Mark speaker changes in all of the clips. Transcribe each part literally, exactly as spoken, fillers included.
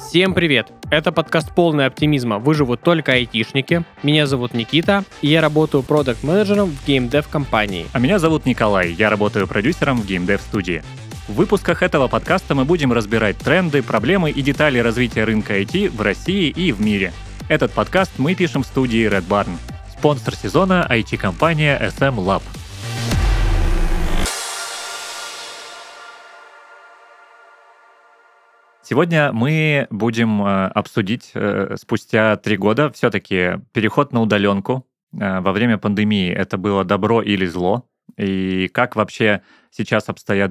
Speaker 1: Всем привет! Это подкаст «Полный оптимизма. Выживут только айтишники». Меня зовут Никита, и я работаю продакт-менеджером в геймдев-компании.
Speaker 2: А меня зовут Николай, я работаю продюсером в геймдев-студии. В выпусках этого подкаста мы будем разбирать тренды, проблемы и детали развития рынка ай ти в России и в мире. Этот подкаст мы пишем в студии Red Barn. Спонсор сезона ай ти-компания эс эм Lab. Сегодня мы будем э, обсудить э, спустя три года все-таки переход на удаленку. Э, во время пандемии это было добро или зло? И как вообще сейчас обстоят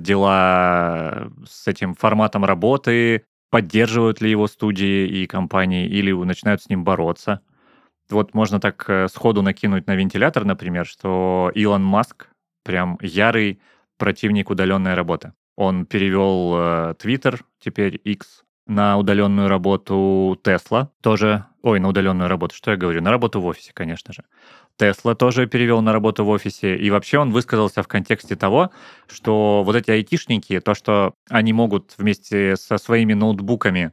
Speaker 2: дела с этим форматом работы? Поддерживают ли его студии и компании или начинают с ним бороться? Вот можно так э, сходу накинуть на вентилятор, например, что Илон Маск прям ярый противник удаленной работы. Он перевел э, Twitter, теперь X, на удаленную работу. Tesla тоже... Ой, на удаленную работу, что я говорю? На работу в офисе, конечно же. Tesla тоже перевел на работу в офисе. И вообще он высказался в контексте того, что вот эти айтишники, то, что они могут вместе со своими ноутбуками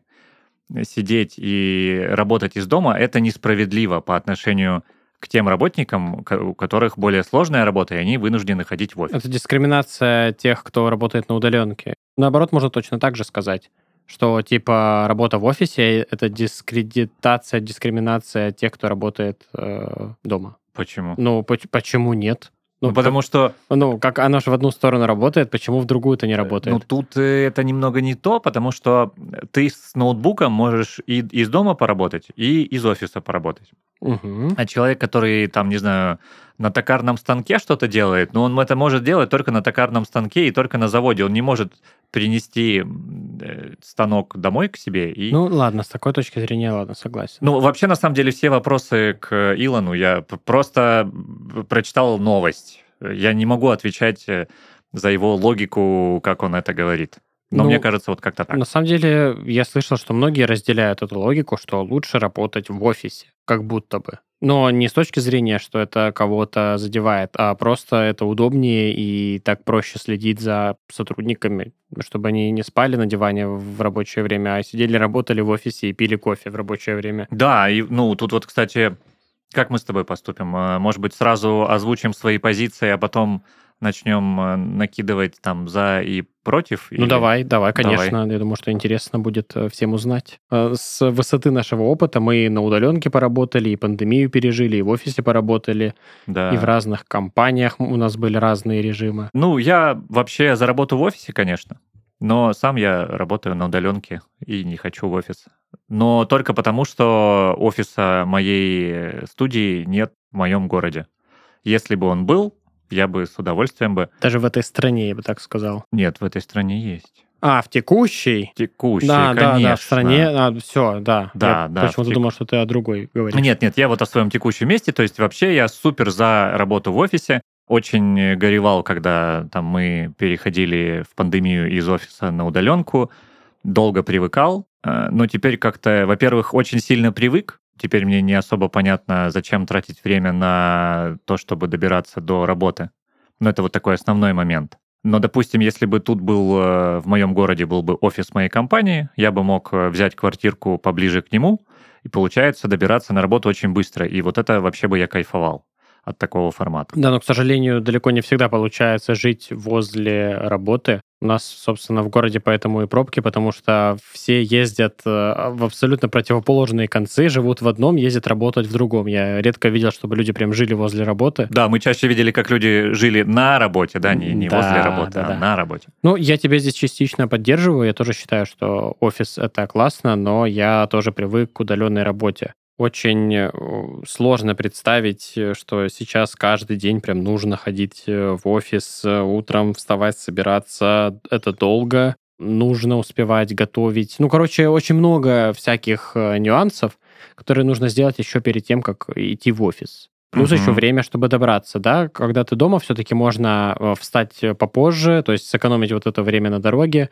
Speaker 2: сидеть и работать из дома, это несправедливо по отношению к тем работникам, у которых более сложная работа, и они вынуждены ходить в офис.
Speaker 1: Это дискриминация тех, кто работает на удаленке. Наоборот, можно точно так же сказать, что типа работа в офисе — это дискредитация, дискриминация тех, кто работает э, дома.
Speaker 2: Почему?
Speaker 1: Ну, по- почему нет?
Speaker 2: Ну,
Speaker 1: Ну,
Speaker 2: потому
Speaker 1: как,
Speaker 2: что...
Speaker 1: ну, как оно же в одну сторону работает, почему в другую-то не работает?
Speaker 2: Ну, тут э, это немного не то, потому что ты с ноутбуком можешь и из дома поработать, и из офиса поработать.
Speaker 1: Угу.
Speaker 2: А человек, который, там, не знаю, на токарном станке что-то делает, но он это может делать только на токарном станке и только на заводе. Он не может принести э, станок домой к себе. И...
Speaker 1: Ну, ладно, с такой точки зрения, ладно, согласен.
Speaker 2: Ну, вообще, на самом деле, все вопросы к Илону я п- просто прочитал новость. Я не могу отвечать за его логику, как он это говорит. Но
Speaker 1: Ну,
Speaker 2: мне кажется, вот как-то так.
Speaker 1: На самом деле, я слышал, что многие разделяют эту логику, что лучше работать в офисе, как будто бы. Но не с точки зрения, что это кого-то задевает, а просто это удобнее и так проще следить за сотрудниками, чтобы они не спали на диване в рабочее время, а сидели, работали в офисе и пили кофе в рабочее время.
Speaker 2: Да, и, ну, тут вот, кстати, как мы с тобой поступим? Э, Может быть, сразу озвучим свои позиции, а потом начнем э, накидывать там за и против?
Speaker 1: Ну,
Speaker 2: или-
Speaker 1: давай, давай,
Speaker 2: Давай.
Speaker 1: конечно. Я думаю, что интересно будет э, всем узнать. Э, С высоты нашего опыта мы на удаленке поработали, и пандемию пережили, и в офисе поработали,
Speaker 2: Да.
Speaker 1: и в разных компаниях у нас были разные режимы.
Speaker 2: Ну, я вообще за работу в офисе, конечно, но сам я работаю на удаленке и не хочу в офис. Но только потому, что офиса моей студии нет в моем городе. Если бы он был, я бы с удовольствием бы...
Speaker 1: Даже в этой стране, я бы так сказал.
Speaker 2: Нет, в этой стране есть.
Speaker 1: А, в текущей?
Speaker 2: Текущий,
Speaker 1: Да, да,
Speaker 2: конечно.
Speaker 1: да, в стране. А, все, да.
Speaker 2: Да,
Speaker 1: я
Speaker 2: да,
Speaker 1: почему-то
Speaker 2: в тек-
Speaker 1: думал, что ты о другой говоришь.
Speaker 2: Нет, нет, я вот о своем текущем месте, то есть вообще я супер за работу в офисе. Очень горевал, когда там мы переходили в пандемию из офиса на удаленку. Долго привыкал, э, но теперь как-то, во-первых, очень сильно привык. Теперь мне не особо понятно, зачем тратить время на то, чтобы добираться до работы. Но это вот такой основной момент. Но, допустим, если бы тут был, э, в моем городе был бы офис моей компании, я бы мог э, взять квартирку поближе к нему, и получается добираться на работу очень быстро. И вот это вообще бы я кайфовал от такого формата.
Speaker 1: Да, но, к сожалению, далеко не всегда получается жить возле работы. У нас, собственно, в городе поэтому и пробки, потому что все ездят э, в абсолютно противоположные концы, живут в одном, ездят работать в другом. Я редко видел, чтобы люди прям жили возле работы.
Speaker 2: Да, мы чаще видели, как люди жили на работе, да, не, не
Speaker 1: Да,
Speaker 2: возле работы,
Speaker 1: да,
Speaker 2: а
Speaker 1: да.
Speaker 2: на работе.
Speaker 1: Ну, я тебя здесь частично поддерживаю. Я тоже считаю, что офис — это классно, но я тоже привык к удаленной работе. Очень э, сложно представить, э, что сейчас каждый день прям нужно ходить э, в офис, э, утром вставать, собираться. Это долго. Нужно успевать готовить. Ну, короче, очень много всяких э, нюансов, которые нужно сделать еще перед тем, как идти в офис. Плюс
Speaker 2: Мгм.
Speaker 1: еще время, чтобы добраться, да. Когда ты дома, все-таки можно э, встать попозже, то есть сэкономить вот это время на дороге,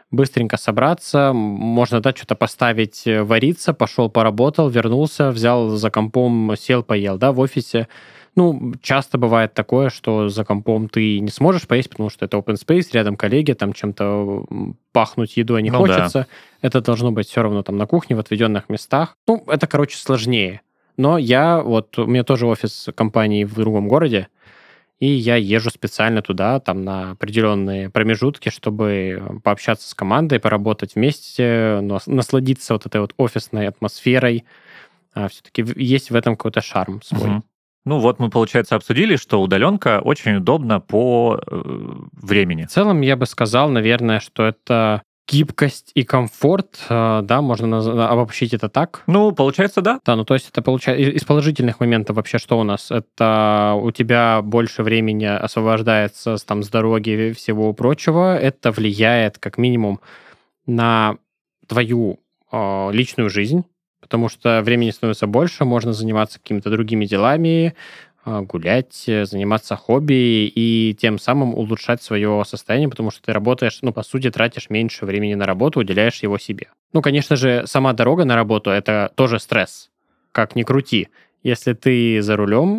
Speaker 1: быстренько собраться, можно, да, что-то поставить, вариться, пошел поработал, вернулся, взял за компом, сел, поел, да, в офисе. Ну, часто бывает такое, что за компом ты не сможешь поесть, потому что это open space, рядом коллеги, там чем-то пахнуть едой не
Speaker 2: Ну да.
Speaker 1: хочется. Это должно быть все равно там на кухне, в отведенных местах. Ну, это, короче, сложнее. Но я, вот, у меня тоже офис компании в другом городе, и я езжу специально туда, там, на определенные промежутки, чтобы пообщаться с командой, поработать вместе, нас- насладиться вот этой вот офисной атмосферой. Все-таки есть в этом какой-то шарм свой.
Speaker 2: Мгм. Ну вот мы, получается, обсудили, что удаленка очень удобна по э, времени.
Speaker 1: В целом, я бы сказал, наверное, что это гибкость и комфорт, э, да, можно наз- обобщить это так.
Speaker 2: Ну, получается, да.
Speaker 1: Да, ну то есть это получается из положительных моментов вообще что у нас? Это у тебя больше времени освобождается с, там, с дороги и всего прочего. Это влияет как минимум на твою э, личную жизнь, потому что времени становится больше, можно заниматься какими-то другими делами, э, гулять, э, заниматься хобби и тем самым улучшать свое состояние, потому что ты работаешь, ну, по сути, тратишь меньше времени на работу, уделяешь его себе. Ну, конечно же, сама дорога на работу — это тоже стресс, как ни крути. Если ты за рулем,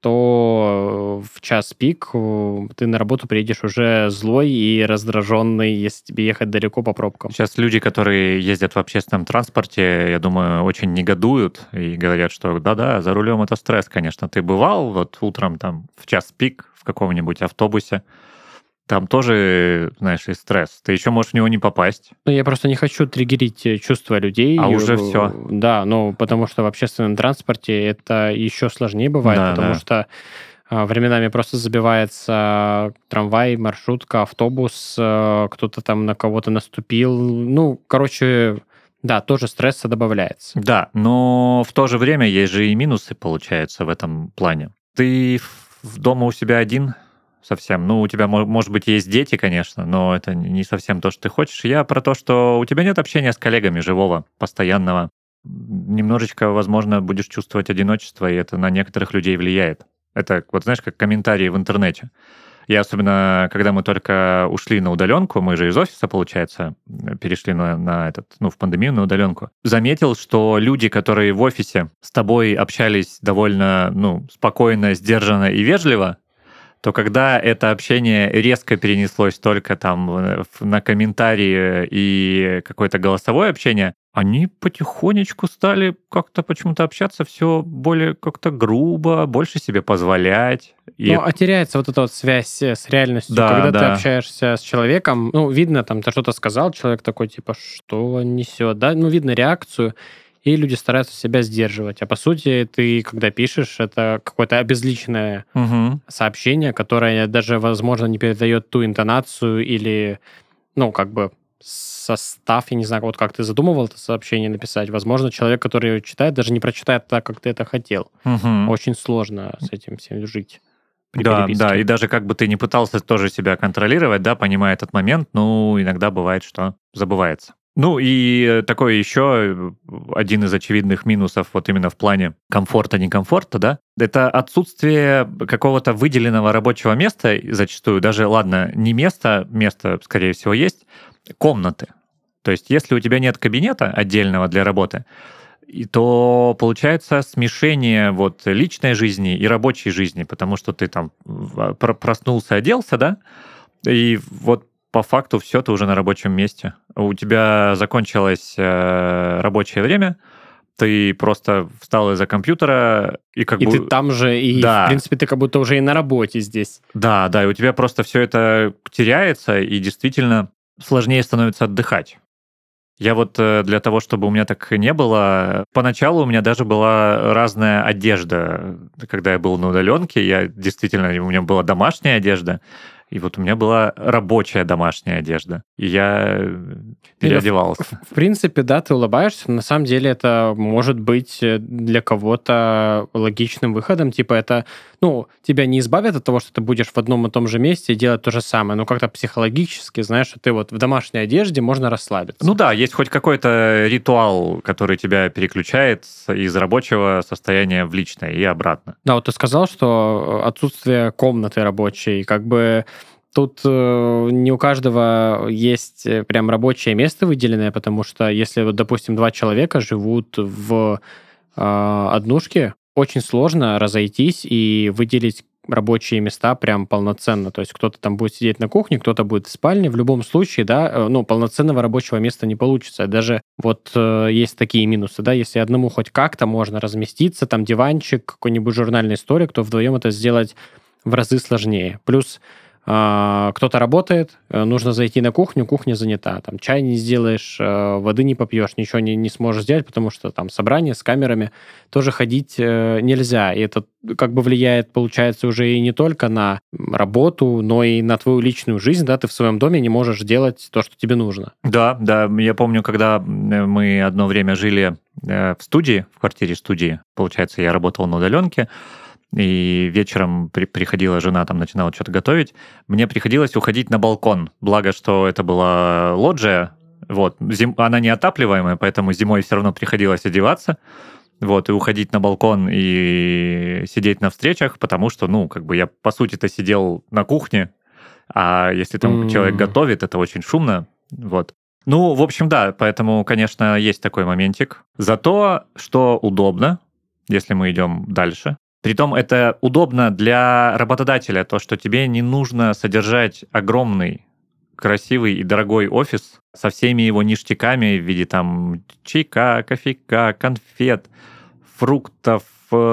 Speaker 1: то в час пик э, ты на работу приедешь уже злой и раздраженный, если тебе ехать далеко по пробкам.
Speaker 2: Сейчас люди, которые ездят в общественном транспорте, я думаю, очень негодуют и говорят, что да-да, за рулем это стресс, конечно. Ты бывал вот утром там в час пик в каком-нибудь автобусе, там тоже, знаешь, и стресс. Ты еще можешь в него не попасть.
Speaker 1: Ну, я просто не хочу триггерить э, чувства людей.
Speaker 2: А уже
Speaker 1: э,
Speaker 2: всё.
Speaker 1: Да, ну, потому что в общественном транспорте это еще сложнее бывает,
Speaker 2: Да,
Speaker 1: потому
Speaker 2: да.
Speaker 1: что а, временами просто забивается трамвай, маршрутка, автобус, э, кто-то там на кого-то наступил. Ну, короче, да, тоже стресса добавляется.
Speaker 2: Да, но в то же время есть же и минусы, получается, в этом плане. Ты в в дома у себя один совсем. Ну, у тебя, мо- может быть, есть дети, конечно, но это не совсем то, что ты хочешь. Я про то, что у тебя нет общения с коллегами живого, постоянного. М, Немножечко, возможно, будешь чувствовать одиночество, и это на некоторых людей влияет. Это, вот знаешь, как комментарии в интернете. Я особенно, когда мы только ушли на удаленку, мы же из офиса, получается, м, перешли на, на этот, ну, в пандемию на удаленку, заметил, что люди, которые в офисе с тобой общались довольно, ну, спокойно, сдержанно и вежливо, то когда это общение резко перенеслось только там э, в- на комментарии и какое-то голосовое общение, они потихонечку стали как-то почему-то общаться все более как-то грубо, больше себе позволять. И
Speaker 1: Ну, а теряется вот эта вот связь э, с реальностью.
Speaker 2: да,
Speaker 1: Когда ты
Speaker 2: да.
Speaker 1: общаешься с человеком, ну, видно, там, ты что-то сказал, человек такой, типа, что он несет, да? Ну, видно реакцию, и люди стараются себя сдерживать. А по сути, ты, когда пишешь, это какое-то обезличенное
Speaker 2: Мгм.
Speaker 1: сообщение, которое даже, возможно, не передает ту интонацию или, ну, как бы состав, я не знаю, вот как ты задумывал это сообщение написать. Возможно, человек, который его читает, даже не прочитает так, как ты это хотел.
Speaker 2: Мгм.
Speaker 1: Очень сложно с этим всем жить при
Speaker 2: Да, да, и
Speaker 1: переписке.
Speaker 2: даже как бы ты не пытался тоже себя контролировать, да, понимая этот момент, ну, иногда бывает, что забывается. Ну и э, такой еще один из очевидных минусов вот именно в плане комфорта-некомфорта, да, это отсутствие какого-то выделенного рабочего места, и зачастую даже, ладно, не место, место, скорее всего, есть, комнаты. То есть если у тебя нет кабинета отдельного для работы, и то получается смешение вот личной жизни и рабочей жизни, потому что ты там в- про- проснулся, оделся, да, и вот по факту все, ты уже на рабочем месте. У тебя закончилось э, рабочее время, ты просто встал из-за компьютера и как
Speaker 1: И ты
Speaker 2: бы...
Speaker 1: там же, и, в
Speaker 2: Да,
Speaker 1: принципе, ты как будто уже и на работе здесь.
Speaker 2: да, да, и у тебя просто все это теряется, и действительно сложнее становится отдыхать. Я вот э, для того, чтобы у меня так не было, поначалу у меня даже была разная одежда. Когда я был на удаленке, я действительно, у меня была домашняя одежда, и вот у меня была рабочая домашняя одежда. И я э,
Speaker 1: Не, ну, в,
Speaker 2: переодевался.
Speaker 1: в принципе, да, ты улыбаешься, но на самом деле это может быть э, для кого-то логичным выходом. Типа это, ну, тебя не избавит от того, что ты будешь в одном и том же месте и делать то же самое, но как-то психологически, знаешь, что ты вот в домашней одежде можно расслабиться.
Speaker 2: Ну да, есть хоть какой-то ритуал, который тебя переключает с- из рабочего состояния в личное и обратно.
Speaker 1: Да, вот ты сказал, что э, отсутствие комнаты рабочей, как бы Тут э, не у каждого есть э, прям рабочее место выделенное, потому что если, вот, допустим, два человека живут в э, однушке, очень сложно разойтись и выделить рабочие места прям полноценно. То есть кто-то там будет сидеть на кухне, кто-то будет в спальне. В любом случае, да, э, ну, полноценного рабочего места не получится. Даже вот э, есть такие минусы, да, если одному хоть как-то можно разместиться, там диванчик, какой-нибудь журнальный столик, то вдвоем это сделать в разы сложнее. Плюс а, кто-то работает, э, нужно зайти на кухню, кухня занята. Там чай не сделаешь, э, воды не попьешь, ничего не, не сможешь сделать, потому что там собрание с камерами, тоже ходить э, нельзя. И это как бы влияет, получается, уже и не только на работу, но и на твою личную жизнь, да, ты в своем доме не можешь делать то, что тебе нужно.
Speaker 2: Да, да, я помню, когда мы одно время жили э, в студии, в квартире студии, получается, я работал на удаленке, и вечером при, приходила жена, там начинала что-то готовить, мне приходилось уходить на балкон. Благо, что это была лоджия, вот, зим, она неотапливаемая, поэтому зимой все равно приходилось одеваться, вот, и уходить на балкон и сидеть на встречах, потому что, ну, как бы я, по сути-то, сидел на кухне, а если там mm. человек готовит, это очень шумно, вот. Ну, в общем, да, поэтому, конечно, есть такой моментик. Зато, что удобно, если мы идем дальше, притом это удобно для работодателя, то, что тебе не нужно содержать огромный, красивый и дорогой офис со всеми его ништяками в виде там чайка, кофейка, конфет, фруктов,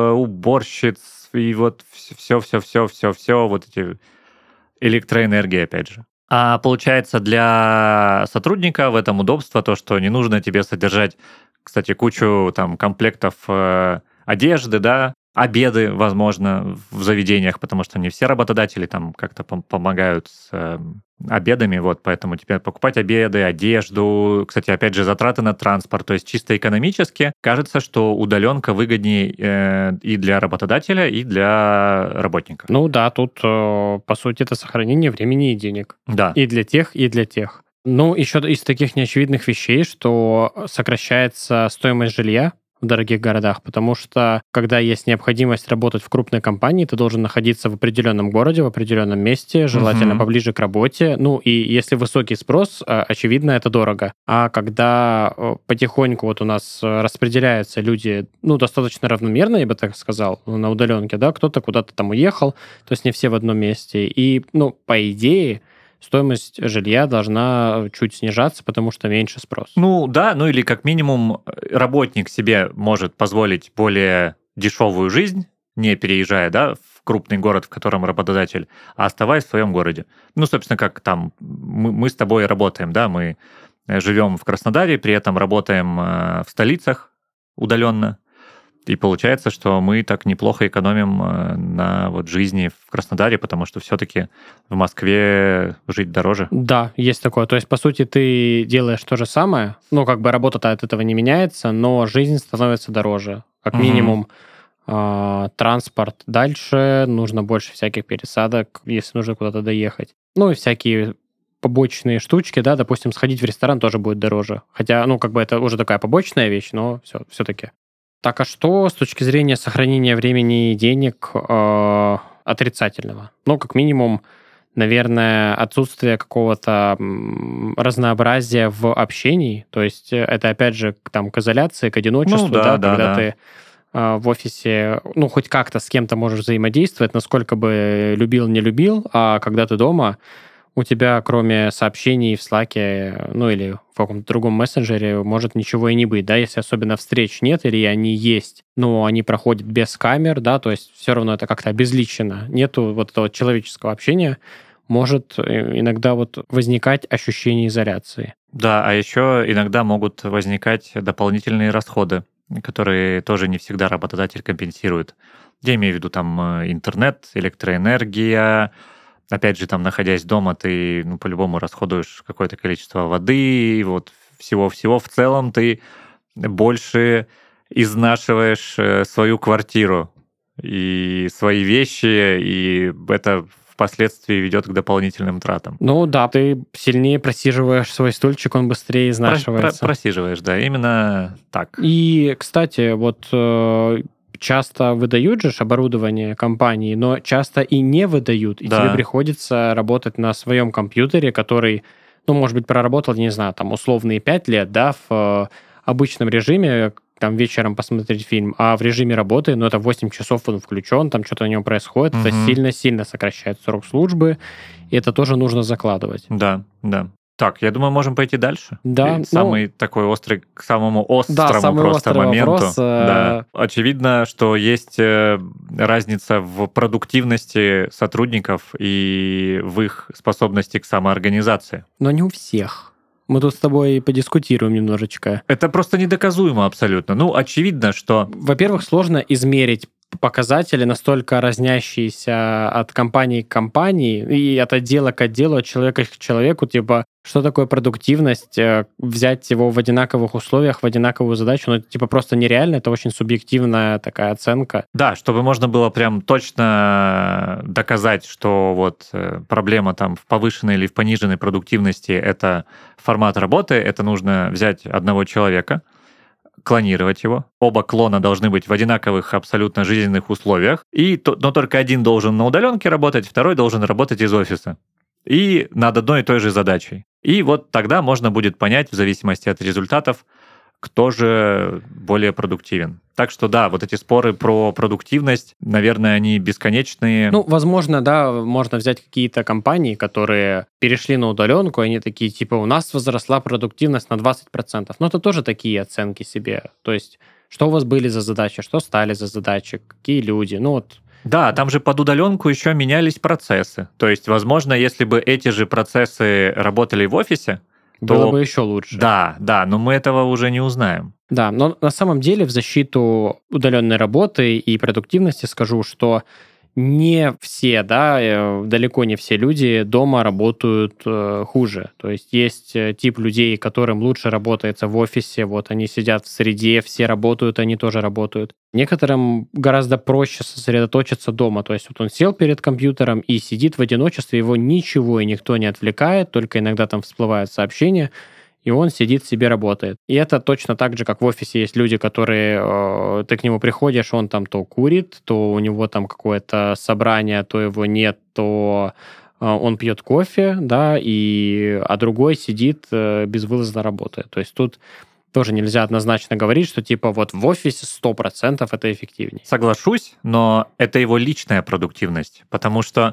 Speaker 2: уборщиц и вот все-все-все-все-все, вот эти электроэнергии, опять же. А получается, для сотрудника в этом удобство то, что не нужно тебе содержать, кстати, кучу там комплектов э, одежды, да, обеды, возможно, в заведениях, потому что не все работодатели там как-то пом- помогают с э, обедами, вот, поэтому тебе покупать обеды, одежду, кстати, опять же, затраты на транспорт, то есть чисто экономически кажется, что удаленка выгоднее э, и для работодателя, и для работника.
Speaker 1: Ну да, тут, э, по сути, это сохранение времени и денег.
Speaker 2: Да.
Speaker 1: И для тех, и для тех. Ну, еще из таких неочевидных вещей, что сокращается стоимость жилья в дорогих городах, потому что когда есть необходимость работать в крупной компании, ты должен находиться в определенном городе, в определенном месте, желательно
Speaker 2: Мгм.
Speaker 1: поближе к работе. Ну и если высокий спрос, а, очевидно, это дорого. А когда э, потихоньку вот у нас э, распределяются люди, ну, достаточно равномерно, я бы так сказал, на удаленке, да, кто-то куда-то там уехал, то есть не все в одном месте. И, ну, по идее, стоимость жилья должна чуть снижаться, потому что меньше спрос.
Speaker 2: Ну да, ну или как минимум работник себе может позволить более дешевую жизнь, не переезжая, да, в крупный город, в котором работодатель, а оставаясь в своем городе. Ну, собственно, как там мы, мы с тобой работаем, да, мы живем в Краснодаре, при этом работаем э, в столицах удаленно. И получается, что мы так неплохо экономим э, на вот жизни в Краснодаре, потому что все-таки в Москве жить дороже.
Speaker 1: Да, есть такое. То есть, по сути, ты делаешь то же самое, ну, как бы работа-то от этого не меняется, но жизнь становится дороже. Как
Speaker 2: Мгм.
Speaker 1: минимум, а, транспорт дальше, нужно больше всяких пересадок, если нужно куда-то доехать. Ну, и всякие побочные штучки, да, допустим, сходить в ресторан тоже будет дороже. Хотя, ну, как бы это уже такая побочная вещь, но все, все-таки. Так, а что с точки зрения сохранения времени и денег э, отрицательного? Ну, как минимум, наверное, отсутствие какого-то м, разнообразия в общении. То есть э, это, опять же, к- там, к изоляции, к одиночеству,
Speaker 2: Ну да,
Speaker 1: да,
Speaker 2: да,
Speaker 1: когда
Speaker 2: да.
Speaker 1: ты э, в офисе, ну, хоть как-то с кем-то можешь взаимодействовать, насколько бы любил, не любил, а когда ты дома, у тебя, кроме сообщений в Slack, ну или в каком-то другом мессенджере, может ничего и не быть, да, если особенно встреч нет или они есть, но они проходят без камер, да, то есть все равно это как-то обезличено, нету вот этого человеческого общения, может э, иногда вот возникать ощущение изоляции.
Speaker 2: Да, а еще иногда могут возникать дополнительные расходы, которые тоже не всегда работодатель компенсирует. Я имею в виду там э, интернет, электроэнергия. Опять же, там, находясь дома, ты ну, по-любому расходуешь какое-то количество воды, и вот всего-всего. В целом ты больше изнашиваешь э, свою квартиру и свои вещи, и это впоследствии ведет к дополнительным тратам.
Speaker 1: Ну да, ты сильнее просиживаешь свой стульчик, он быстрее
Speaker 2: Про- про-
Speaker 1: изнашивается.
Speaker 2: просиживаешь, да, именно так.
Speaker 1: И, кстати, вот э, часто выдают же ж оборудование компании, но часто и не выдают, и тебе
Speaker 2: Да.
Speaker 1: приходится работать на своем компьютере, который, ну, может быть, проработал, не знаю, там, условные пять лет, да, в э, обычном режиме, там, вечером посмотреть фильм, а в режиме работы, ну, это восемь часов он включен, там что-то на нем происходит, это
Speaker 2: Мгм.
Speaker 1: сильно-сильно сокращает срок службы, и это тоже нужно закладывать.
Speaker 2: Да, да. Так, я думаю, можем пойти дальше.
Speaker 1: Да,
Speaker 2: Ты
Speaker 1: ну,
Speaker 2: самый такой острый, к самому
Speaker 1: да,
Speaker 2: острому
Speaker 1: самый
Speaker 2: просто
Speaker 1: острый
Speaker 2: моменту.
Speaker 1: вопрос.
Speaker 2: Да.
Speaker 1: э,
Speaker 2: Очевидно, что есть э, разница в продуктивности сотрудников и в их способности к самоорганизации.
Speaker 1: Но не у всех. Мы тут с тобой подискутируем немножечко.
Speaker 2: Это просто недоказуемо абсолютно. Ну, очевидно, что...
Speaker 1: Во-первых, сложно измерить показатели, настолько разнящиеся от компании к компании и от отдела к отделу, от человека к человеку. Типа, что такое продуктивность? Э, Взять его в одинаковых условиях, в одинаковую задачу, ну, это типа просто нереально, это очень субъективная такая оценка.
Speaker 2: Да, чтобы можно было прям точно доказать, что вот э, проблема там в повышенной или в пониженной продуктивности — это формат работы, это нужно взять одного человека, клонировать его. Оба клона должны быть в одинаковых абсолютно жизненных условиях, и, то- но только один должен на удаленке работать, второй должен работать из офиса. И над одной и той же задачей. И вот тогда можно будет понять, в зависимости от результатов, кто же более продуктивен. Так что да, вот эти споры про продуктивность, наверное, они бесконечные.
Speaker 1: Ну, возможно, да, можно взять какие-то компании, которые перешли на удаленку, и они такие, типа, у нас возросла продуктивность на двадцать процентов. Но это тоже такие оценки себе. То есть, что у вас были за задачи, что стали за задачи, какие люди. Ну, вот.
Speaker 2: Да, там же под удаленку еще менялись процессы. То есть, возможно, если бы эти же процессы работали в офисе,
Speaker 1: Было
Speaker 2: то...
Speaker 1: бы еще лучше.
Speaker 2: Да, да, но мы этого уже не узнаем.
Speaker 1: Да, но на самом деле в защиту удаленной работы и продуктивности скажу, что не все, да, э, далеко не все люди дома работают э, хуже. То есть есть э, тип людей, которым лучше работается в офисе, вот они сидят в среде, все работают, они тоже работают. Некоторым гораздо проще сосредоточиться дома. То есть вот он сел перед компьютером и сидит в одиночестве, его ничего и никто не отвлекает, только иногда там всплывают сообщения, и он сидит себе, работает. И это точно так же, как в офисе есть люди, которые, э, ты к нему приходишь, он там то курит, то у него там какое-то собрание, то его нет, то э, он пьет кофе, да, и, а другой сидит, э, безвылазно работает. То есть тут тоже нельзя однозначно говорить, что типа вот в офисе сто процентов это эффективнее.
Speaker 2: Соглашусь, но это его личная продуктивность, потому что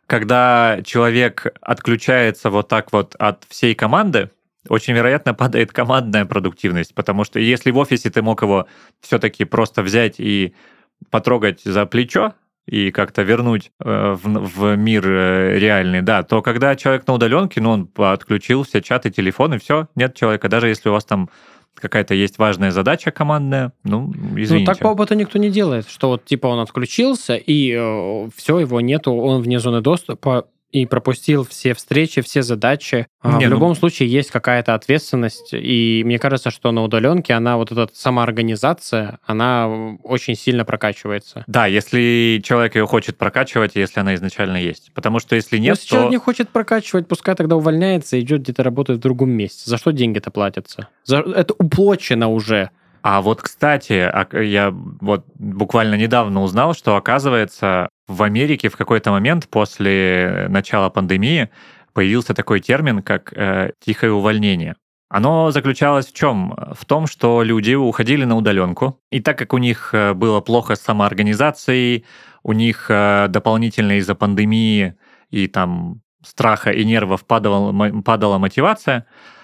Speaker 2: когда человек отключается вот так вот от всей команды, очень вероятно падает командная продуктивность, потому что если в офисе ты мог его все-таки просто взять и потрогать за плечо и как-то вернуть э, в, в мир э, реальный, да, то когда человек на удаленке, ну, он отключил все чаты, телефоны, все, нет человека, даже если у вас там какая-то есть важная задача командная, ну, извините.
Speaker 1: Ну, так по опыту никто не делает, что вот типа он отключился, и э, все, его нету, он вне зоны доступа, и пропустил все встречи, все задачи. А,
Speaker 2: Не,
Speaker 1: в
Speaker 2: ну-
Speaker 1: любом случае есть какая-то ответственность, и мне кажется, что на удаленке она, вот эта самоорганизация, она очень сильно прокачивается.
Speaker 2: Да, если человек ее хочет прокачивать, если она изначально есть. Потому что если
Speaker 1: Но
Speaker 2: нет,
Speaker 1: если человек
Speaker 2: то...
Speaker 1: не хочет прокачивать, пускай тогда увольняется и идет где-то работать в другом месте. За что деньги-то платятся? За... Это уплочено уже.
Speaker 2: А вот, кстати, ак- я вот буквально недавно узнал, что, оказывается, в Америке в какой-то момент после начала пандемии появился такой термин, как э, «тихое увольнение». Оно заключалось в чем? В том, что люди уходили на удаленку, и так как у них э, было плохо с самоорганизацией, у них э, дополнительно из-за пандемии и там страха и нервов падала, мо- падала мотивация,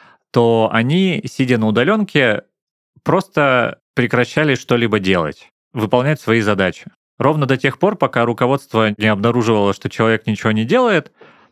Speaker 2: то они, сидя на удаленке, просто прекращали что-либо делать, выполнять свои задачи. Ровно до тех пор, пока руководство не обнаруживало, что человек ничего не делает,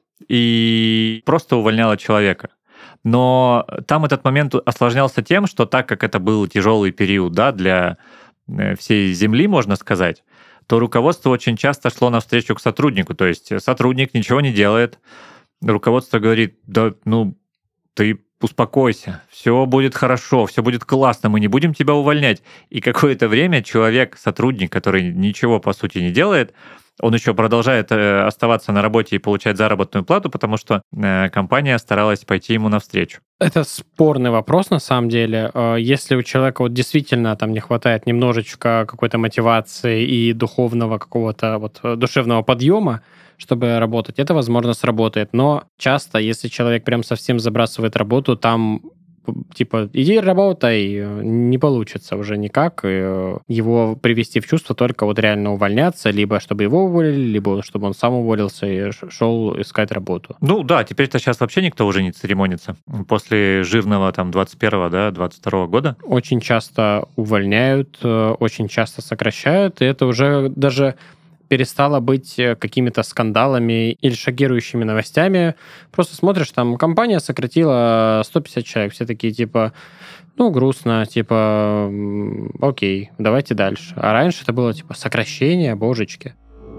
Speaker 2: и просто увольняло человека. Но там этот момент осложнялся тем, что так как это был тяжелый период, да, для э, всей земли, можно сказать, то руководство очень часто шло навстречу к сотруднику. То есть сотрудник ничего не делает, руководство говорит: да, ну, ты успокойся, все будет хорошо, все будет классно, мы не будем тебя увольнять. И какое-то время человек, сотрудник, который ничего по сути не делает, он еще продолжает э, оставаться на работе и получать заработную плату, потому что э, компания старалась пойти ему навстречу.
Speaker 1: Это спорный вопрос, на самом деле. Э, Если у человека вот действительно там не хватает немножечко какой-то мотивации и духовного какого-то вот э, душевного подъема, чтобы работать, это, возможно, сработает. Но часто, если человек прям совсем забрасывает работу, там п- типа иди работай, э, не получится уже никак. и, э, Его привести в чувство только вот реально увольняться, либо чтобы его уволили, либо чтобы он сам уволился и ш- шел искать работу.
Speaker 2: Ну да, теперь-то сейчас вообще никто уже не церемонится. После жирного там двадцать первого, да, двадцать второго года.
Speaker 1: Очень часто увольняют, э, очень часто сокращают, и это уже даже перестало быть э, какими-то скандалами или шокирующими новостями. Просто смотришь, там компания сократила сто пятьдесят человек, все такие типа, ну, грустно, типа, м, окей, давайте дальше. А раньше это было типа сокращение, божечки.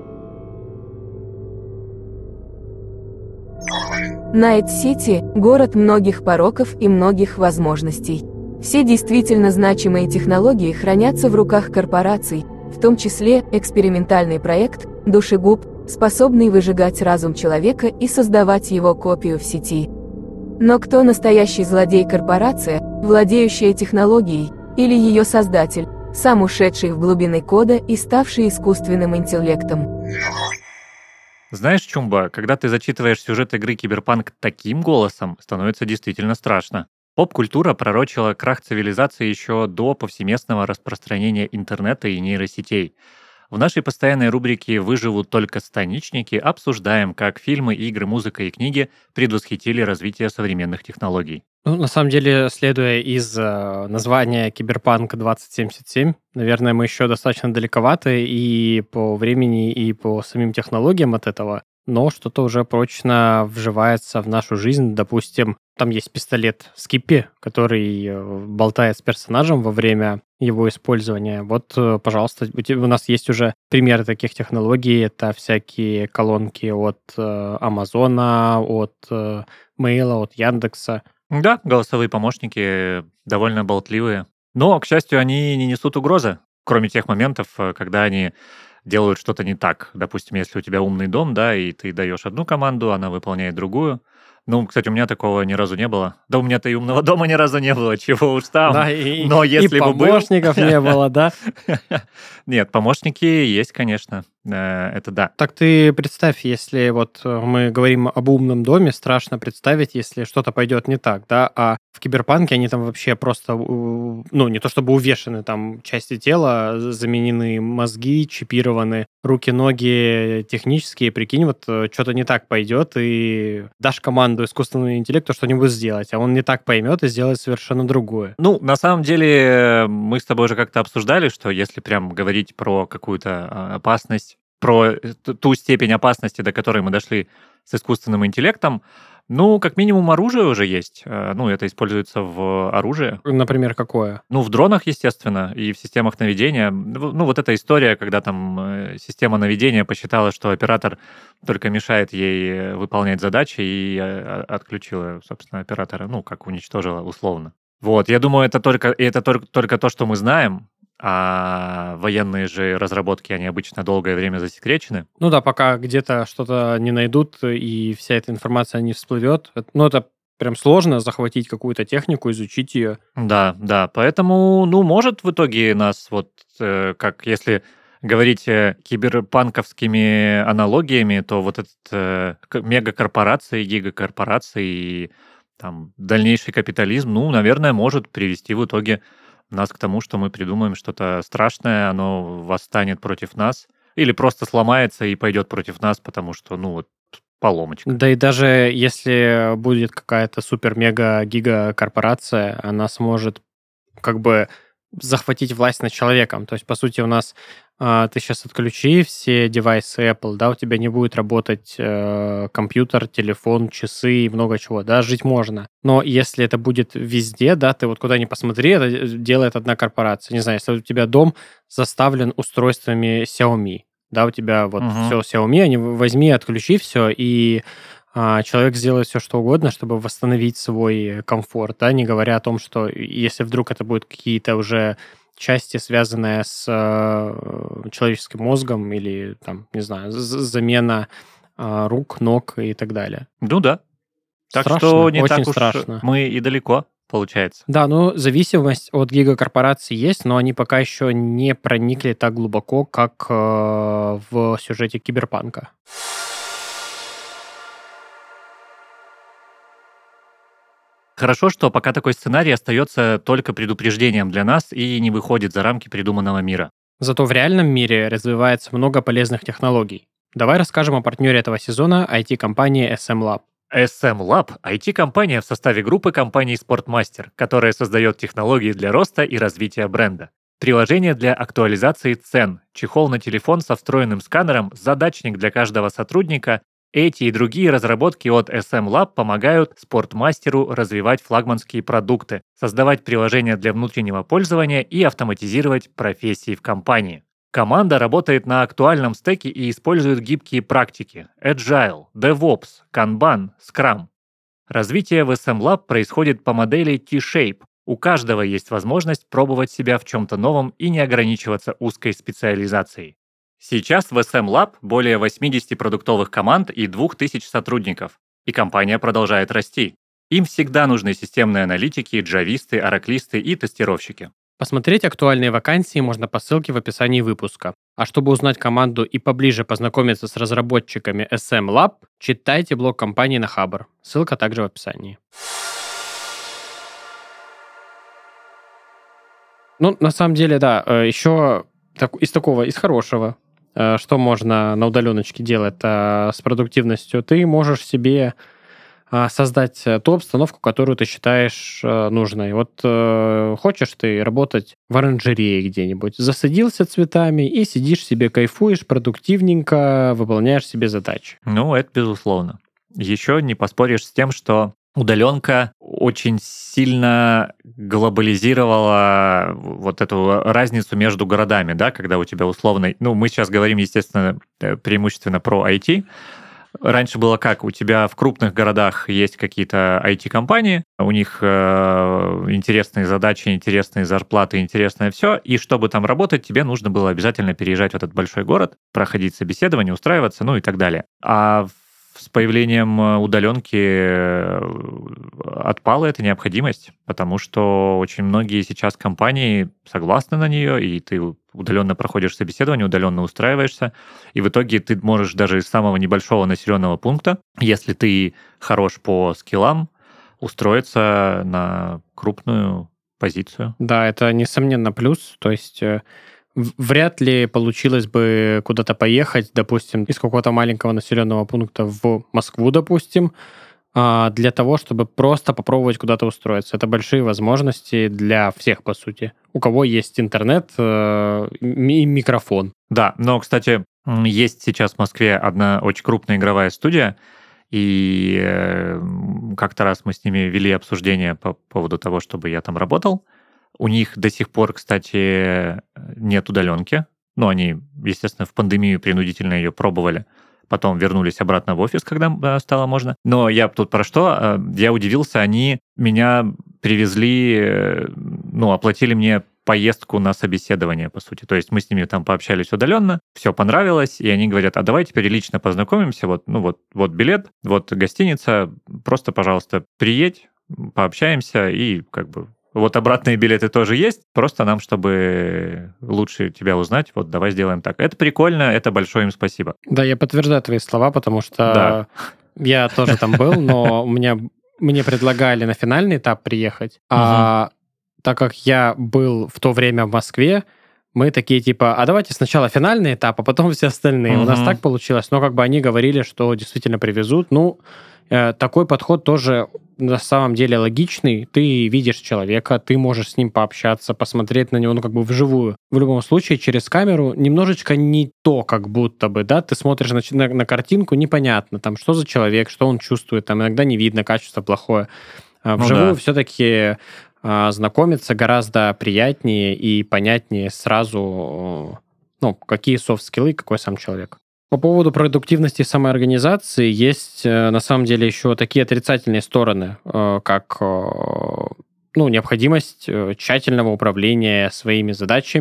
Speaker 3: Найт-Сити – город многих пороков и многих возможностей. Все действительно значимые технологии хранятся в руках корпораций, в том числе экспериментальный проект «Душегуб», способный выжигать разум человека и создавать его копию в сети. Но кто настоящий злодей — корпорация, владеющая технологией, или ее создатель, сам ушедший в глубины кода и ставший искусственным интеллектом?
Speaker 2: Знаешь, Чумба, когда ты зачитываешь сюжет игры Киберпанк таким голосом, становится действительно страшно. Поп-культура пророчила крах цивилизации еще до повсеместного распространения интернета и нейросетей. В нашей постоянной рубрике «Выживут только станичники» обсуждаем, как фильмы, игры, музыка и книги предвосхитили развитие современных технологий.
Speaker 1: Ну, на самом деле, следуя из э, названия Киберпанк двадцать семьдесят семь, наверное, мы еще достаточно далековаты и по времени, и по самим технологиям от этого, но что-то уже прочно вживается в нашу жизнь. Допустим, там есть пистолет Скиппи, который э, болтает с персонажем во время его использования. Вот, э, пожалуйста, у те- у нас есть уже примеры таких технологий. Это всякие колонки от э, Амазона, от э, Мейла, от Яндекса.
Speaker 2: Да, голосовые помощники довольно болтливые. Но, к счастью, они не несут угрозы, кроме тех моментов, э, когда они делают что-то не так. Допустим, если у тебя умный дом, да, и ты даешь одну команду, она выполняет другую. Ну, кстати, у меня такого ни разу не было. Да у меня-то и умного дома ни разу не было, чего уж там.
Speaker 1: Да, и,
Speaker 2: Но
Speaker 1: и
Speaker 2: если бы был...
Speaker 1: помощников не было, да?
Speaker 2: Нет, помощники есть, конечно. Э, Это да.
Speaker 1: Так ты представь, если вот э, мы говорим об умном доме, страшно представить, если что-то пойдет не так, да, а в Киберпанке они там вообще просто, у- ну, не то чтобы увешаны там части тела, заменены мозги, чипированы, руки, ноги технические, прикинь, вот что-то не так пойдет, и дашь команду искусственному интеллекту что-нибудь сделать, а он не так поймет и сделает совершенно другое.
Speaker 2: Ну, на самом деле, мы с тобой уже как-то обсуждали, что если прям говорить про какую-то а, опасность, про э, т- ту степень опасности, до которой мы дошли с искусственным интеллектом, ну, как минимум оружие уже есть. Э, Ну, это используется в оружии.
Speaker 1: Например, какое?
Speaker 2: Ну, в дронах, естественно, и в системах наведения. Ну, ну, вот эта история, когда там э, система наведения посчитала, что оператор только мешает ей э, выполнять задачи, и э, отключила, собственно, оператора, ну, как уничтожила условно. Вот, я думаю, это только, и это только, только то, что мы знаем, а военные же разработки, они обычно долгое время засекречены.
Speaker 1: Ну да, пока где-то что-то не найдут и вся эта информация не всплывет. Это- Ну, это прям сложно захватить какую-то технику, изучить ее.
Speaker 2: Да, да, поэтому, ну, может в итоге нас вот, э, как если говорить э, киберпанковскими аналогиями, то вот этот э, к- мегакорпорации, гигакорпорации и там дальнейший капитализм, ну, наверное, может привести в итоге нас к тому, что мы придумаем что-то страшное, оно восстанет против нас, или просто сломается и пойдет против нас, потому что, ну, вот поломочка.
Speaker 1: Да и даже если будет какая-то супер-мега-гига корпорация, она сможет как бы захватить власть над человеком. То есть, по сути, у нас а, ты сейчас отключи все девайсы Apple, да, у тебя не будет работать э, компьютер, телефон, часы и много чего, да, жить можно. Но если это будет везде, да, ты вот куда ни посмотри, это э, делает одна корпорация. Не знаю, если у тебя дом заставлен устройствами Xiaomi, да, у тебя вот
Speaker 2: Мгм.
Speaker 1: все Xiaomi, они в- возьми, отключи все, и а, человек сделает все, что угодно, чтобы восстановить свой комфорт, да, не говоря о том, что если вдруг это будут какие-то уже части, связанные с э, человеческим мозгом или, там, не знаю, з- замена а, рук, ног и так далее.
Speaker 2: Ну да. Так
Speaker 1: Страшно,
Speaker 2: что не
Speaker 1: очень
Speaker 2: так уж
Speaker 1: страшно.
Speaker 2: мы и далеко, получается.
Speaker 1: Да, ну, зависимость от гигакорпораций есть, но они пока еще не проникли так глубоко, как э, в сюжете Киберпанка.
Speaker 2: Хорошо, что пока такой сценарий остается только предупреждением для нас и не выходит за рамки придуманного мира.
Speaker 1: Зато в реальном мире развивается много полезных технологий. Давай расскажем о партнере этого сезона, ай ти-компании эс эм Lab.
Speaker 2: эс эм Lab– ай ти-компания в составе группы компаний Sportmaster, которая создает технологии для роста и развития бренда. Приложение для актуализации цен, чехол на телефон со встроенным сканером, задачник для каждого сотрудника. Эти и другие разработки от эс эм Lab помогают Спортмастеру развивать флагманские продукты, создавать приложения для внутреннего пользования и автоматизировать профессии в компании. Команда работает на актуальном стеке и использует гибкие практики Agile, DevOps, Kanban, Scrum. Развитие в эс эм Lab происходит по модели T-Shape. У каждого есть возможность пробовать себя в чем-то новом и не ограничиваться узкой специализацией. Сейчас в эс эм Lab более восемьдесят продуктовых команд и две тысячи сотрудников, и компания продолжает расти. Им всегда нужны системные аналитики, джависты, ораклисты и тестировщики.
Speaker 1: Посмотреть актуальные вакансии можно по ссылке в описании выпуска. А чтобы узнать команду и поближе познакомиться с разработчиками эс эм Lab, читайте блог компании на Хабр. Ссылка также в описании. Ну, на самом деле, да, э, еще так- из такого, из хорошего, э, что можно на удаленочке делать э, с продуктивностью, ты можешь себе а, создать э, ту обстановку, которую ты считаешь э, нужной. Вот э, хочешь ты работать в оранжерее где-нибудь, засадился цветами и сидишь себе, кайфуешь, продуктивненько выполняешь себе задачи.
Speaker 2: Ну, это безусловно. Еще не поспоришь с тем, что удаленка очень сильно глобализировала вот эту разницу между городами, да, когда у тебя условно... Ну, мы сейчас говорим, естественно, э, преимущественно про ай ти. Раньше было как? У тебя в крупных городах есть какие-то ай ти-компании, у них э, интересные задачи, интересные зарплаты, интересное все, и чтобы там работать, тебе нужно было обязательно переезжать в этот большой город, проходить собеседование, устраиваться, ну и так далее. А с появлением удаленки отпала эта необходимость, потому что очень многие сейчас компании согласны на нее, и ты удаленно проходишь собеседование, удаленно устраиваешься, и в итоге ты можешь даже из самого небольшого населенного пункта, если ты хорош по скиллам, устроиться на крупную позицию.
Speaker 1: Да, это несомненно плюс. То есть э, в- вряд ли получилось бы куда-то поехать, допустим, из какого-то маленького населенного пункта в Москву, допустим, а, для того, чтобы просто попробовать куда-то устроиться. Это большие возможности для всех, по сути. У кого есть интернет э, и микрофон.
Speaker 2: Да, но, кстати, м, есть сейчас в Москве одна очень крупная игровая студия, и э, м, как-то раз мы с ними вели обсуждение по поводу того, чтобы я там работал. У них до сих пор, кстати, нет удаленки. Ну, они, естественно, в пандемию принудительно ее пробовали. Потом вернулись обратно в офис, когда э, стало можно. Но я тут про что? Э, Я удивился, они меня привезли, э, ну, оплатили мне поездку на собеседование, по сути. То есть мы с ними там пообщались удаленно, все понравилось, и они говорят, а давай теперь лично познакомимся, вот, ну вот, вот билет, вот гостиница, просто, пожалуйста, приедь, пообщаемся, и как бы вот обратные билеты тоже есть, просто нам, чтобы лучше тебя узнать, вот давай сделаем так. Это прикольно, это большое им спасибо.
Speaker 1: Да, я подтверждаю твои слова, потому что
Speaker 2: Да.
Speaker 1: я тоже там был, но у меня мне предлагали на финальный этап приехать, а так как я был в то время в Москве, мы такие типа, а давайте сначала финальный этап, а потом все остальные. У нас
Speaker 2: Мгм.
Speaker 1: так получилось, но как бы они говорили, что действительно привезут. Ну, э, такой подход тоже на самом деле логичный. Ты видишь человека, ты можешь с ним пообщаться, посмотреть на него, ну, как бы вживую. В любом случае, через камеру немножечко не то, как будто бы, да, ты смотришь на, ч- на- на картинку, непонятно, там, что за человек, что он чувствует, там, иногда не видно, качество плохое. А
Speaker 2: Ну
Speaker 1: вживую
Speaker 2: да.
Speaker 1: все-таки знакомиться гораздо приятнее и понятнее сразу, э, ну, какие софт-скиллы, какой сам человек. По поводу продуктивности самоорганизации есть э, на самом деле еще такие отрицательные стороны, э, как э, ну, необходимость э, тщательного управления своими задачами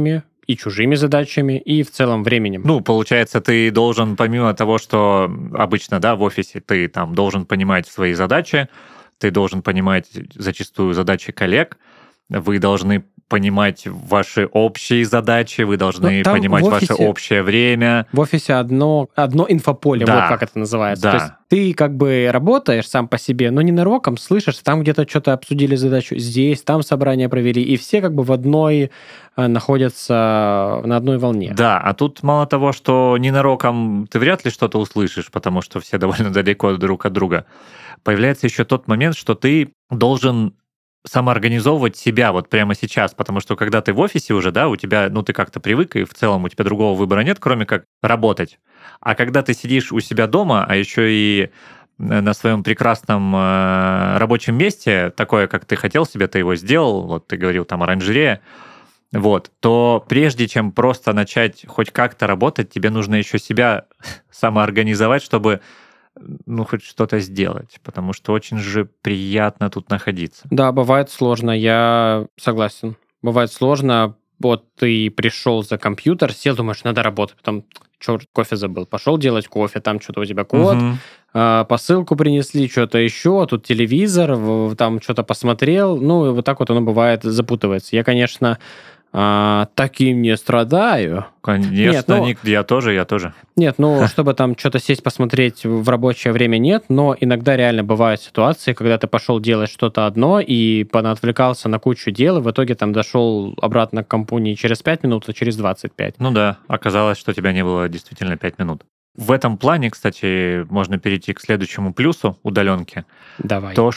Speaker 1: и чужими задачами, и в целом временем.
Speaker 2: Ну, получается, ты должен, помимо того, что обычно, да, в офисе ты там должен понимать свои задачи, ты должен понимать зачастую задачи коллег, вы должны понимать ваши общие задачи, вы должны
Speaker 1: Ну,
Speaker 2: понимать
Speaker 1: офисе,
Speaker 2: ваше общее время.
Speaker 1: В офисе одно, одно инфополе,
Speaker 2: Да,
Speaker 1: вот как это называется.
Speaker 2: да.
Speaker 1: То есть ты как бы работаешь сам по себе, но ненароком слышишь, там где-то что-то обсудили задачу, здесь, там собрание провели, и все как бы в одной э, находятся на одной волне.
Speaker 2: Да, а тут мало того, что ненароком ты вряд ли что-то услышишь, потому что все довольно далеко друг от друга, появляется еще тот момент, что ты должен самоорганизовывать себя вот прямо сейчас, потому что когда ты в офисе уже, да, у тебя, ну, ты как-то привык, и в целом у тебя другого выбора нет, кроме как работать. А когда ты сидишь у себя дома, а еще и на своем прекрасном э, рабочем месте, такое, как ты хотел себе, ты его сделал, вот ты говорил там оранжерея, вот, то прежде чем просто начать хоть как-то работать, тебе нужно еще себя самоорганизовать, чтобы ну, хоть что-то сделать, потому что очень же приятно тут находиться.
Speaker 1: Да, бывает сложно, я согласен. Бывает сложно, вот ты пришел за компьютер, сел, думаешь, надо работать, потом, черт, кофе забыл, пошел делать кофе, там что-то у тебя код,
Speaker 2: Мгм.
Speaker 1: а, посылку принесли, что-то еще, тут телевизор, в- там что-то посмотрел, ну, и вот так вот оно бывает, запутывается. Я, конечно, а, таким не страдаю.
Speaker 2: Конечно,
Speaker 1: Нет, ну-
Speaker 2: Ник, я тоже, я тоже.
Speaker 1: Нет, ну, чтобы там что-то сесть посмотреть в рабочее время, нет, но иногда реально бывают ситуации, когда ты пошел делать что-то одно и отвлекался на кучу дел, и в итоге там дошел обратно к компу не через пять минут, а через двадцать пять.
Speaker 2: Ну да, оказалось, что тебя не было действительно пять минут. В этом плане, кстати, можно перейти к следующему плюсу удаленки.
Speaker 1: Давай.
Speaker 2: То,